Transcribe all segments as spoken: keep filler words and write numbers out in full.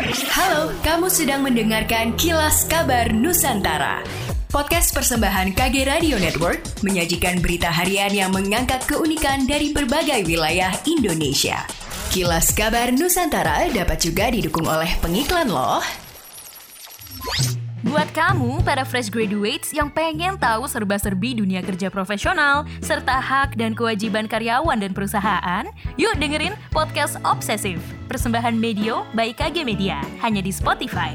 Halo, kamu sedang mendengarkan Kilas Kabar Nusantara. Podcast persembahan K G Radio Network menyajikan berita harian yang mengangkat keunikan dari berbagai wilayah Indonesia. Kilas Kabar Nusantara dapat juga didukung oleh pengiklan loh. Buat kamu, para fresh graduates yang pengen tahu serba-serbi dunia kerja profesional, serta hak dan kewajiban karyawan dan perusahaan, yuk dengerin Podcast Obsesif, persembahan Medio by K G Media, hanya di Spotify.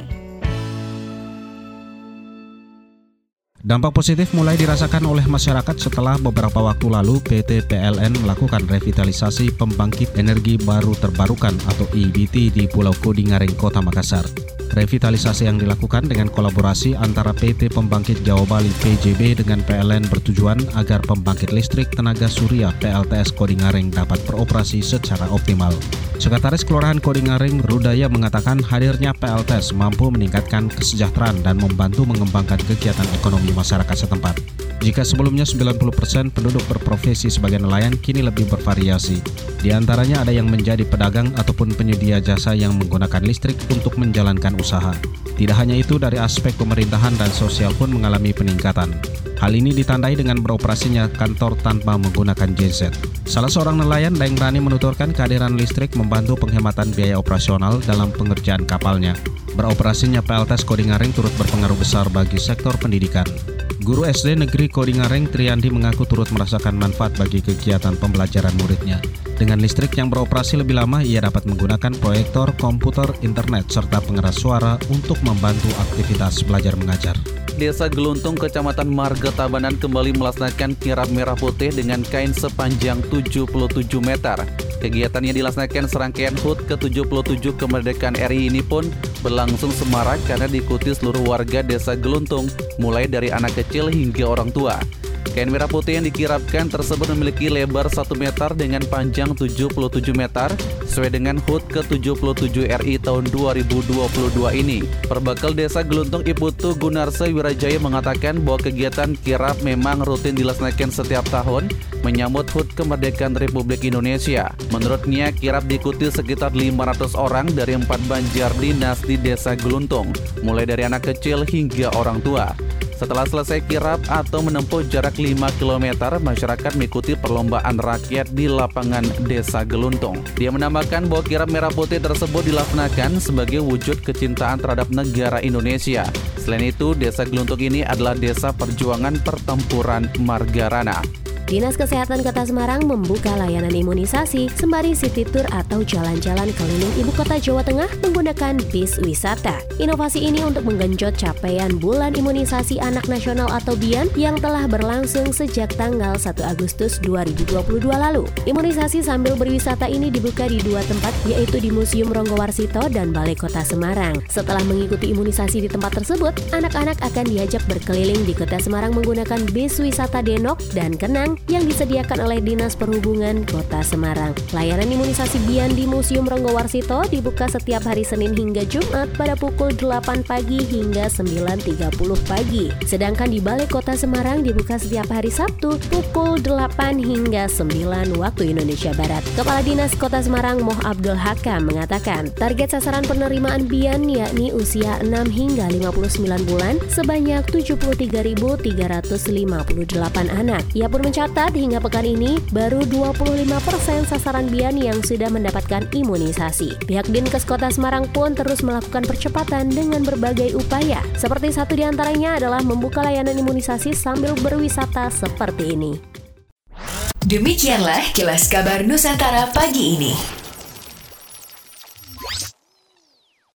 Dampak positif mulai dirasakan oleh masyarakat setelah beberapa waktu lalu P T P L N melakukan revitalisasi pembangkit energi baru terbarukan atau E B T di Pulau Kodingareng, Kota Makassar. Revitalisasi yang dilakukan dengan kolaborasi antara P T Pembangkit Jawa Bali P J B dengan P L N bertujuan agar pembangkit listrik tenaga surya P L T S Kodingareng dapat beroperasi secara optimal. Sekretaris Kelurahan Kodingareng Rudaya mengatakan hadirnya P L T S mampu meningkatkan kesejahteraan dan membantu mengembangkan kegiatan ekonomi masyarakat setempat. Jika sebelumnya sembilan puluh persen penduduk berprofesi sebagai nelayan, kini lebih bervariasi. Di antaranya ada yang menjadi pedagang ataupun penyedia jasa yang menggunakan listrik untuk menjalankan usaha. Tidak hanya itu, dari aspek pemerintahan dan sosial pun mengalami peningkatan. Hal ini ditandai dengan beroperasinya kantor tanpa menggunakan genset. Salah seorang nelayan, Daeng Rani, menuturkan kehadiran listrik membantu penghematan biaya operasional dalam pengerjaan kapalnya. Beroperasinya P L T S Kodingareng turut berpengaruh besar bagi sektor pendidikan. Guru S D Negeri Kodingareng Triandi mengaku turut merasakan manfaat bagi kegiatan pembelajaran muridnya. Dengan listrik yang beroperasi lebih lama, ia dapat menggunakan proyektor, komputer, internet, serta pengeras suara untuk membantu aktivitas belajar mengajar. Desa Geluntung, Kecamatan Marga Tabanan kembali melaksanakan kirap merah putih dengan kain sepanjang tujuh puluh tujuh meter. Kegiatan yang dilaksanakan serangkaian H U T ke tujuh puluh tujuh kemerdekaan R I ini pun berlangsung semarak karena diikuti seluruh warga Desa Geluntung, mulai dari anak kecil hingga orang tua. Kain merah putih yang dikirapkan tersebut memiliki lebar satu meter dengan panjang tujuh puluh tujuh meter sesuai dengan H U T ke tujuh puluh tujuh R I tahun dua ribu dua puluh dua ini. Perbekal Desa Geluntung Iputu Gunarsa Wirajaya mengatakan bahwa kegiatan kirap memang rutin dilaksanakan setiap tahun menyambut H U T kemerdekaan Republik Indonesia. Menurutnya, kirap diikuti sekitar lima ratus orang dari empat banjar dinas di Desa Geluntung, mulai dari anak kecil hingga orang tua. Setelah selesai kirap atau menempuh jarak lima kilometer, masyarakat mengikuti perlombaan rakyat di lapangan Desa Geluntung. Dia menambahkan bahwa kirap merah putih tersebut dilaksanakan sebagai wujud kecintaan terhadap negara Indonesia. Selain itu, Desa Geluntung ini adalah desa perjuangan pertempuran Margarana. Dinas Kesehatan Kota Semarang membuka layanan imunisasi sembari city tour atau jalan-jalan keliling ibu kota Jawa Tengah menggunakan bis wisata. Inovasi ini untuk menggenjot capaian Bulan Imunisasi Anak Nasional atau B I A N yang telah berlangsung sejak tanggal satu Agustus dua ribu dua puluh dua lalu. Imunisasi sambil berwisata ini dibuka di dua tempat, yaitu di Museum Ronggowarsito dan Balai Kota Semarang. Setelah mengikuti imunisasi di tempat tersebut, anak-anak akan diajak berkeliling di Kota Semarang menggunakan bis wisata Denok dan Kenang yang disediakan oleh Dinas Perhubungan Kota Semarang. Layanan imunisasi B I A N di Museum Ronggowarsito dibuka setiap hari Senin hingga Jumat pada pukul delapan pagi hingga sembilan tiga puluh pagi. Sedangkan di Balai Kota Semarang dibuka setiap hari Sabtu pukul delapan hingga sembilan waktu Indonesia Barat. Kepala Dinas Kota Semarang Moh Abdul Hakam mengatakan target sasaran penerimaan B I A N yakni usia enam hingga lima puluh sembilan bulan sebanyak tujuh puluh tiga ribu tiga ratus lima puluh delapan anak. Ia pun mencatat hingga pekan ini baru dua puluh lima persen sasaran B I A N yang sudah mendapatkan imunisasi. Pihak Dinkes Kota Semarang pun terus melakukan percepatan dengan berbagai upaya. Seperti satu di antaranya adalah membuka layanan imunisasi sambil berwisata seperti ini. Demikianlah Kilas Kabar Nusantara pagi ini.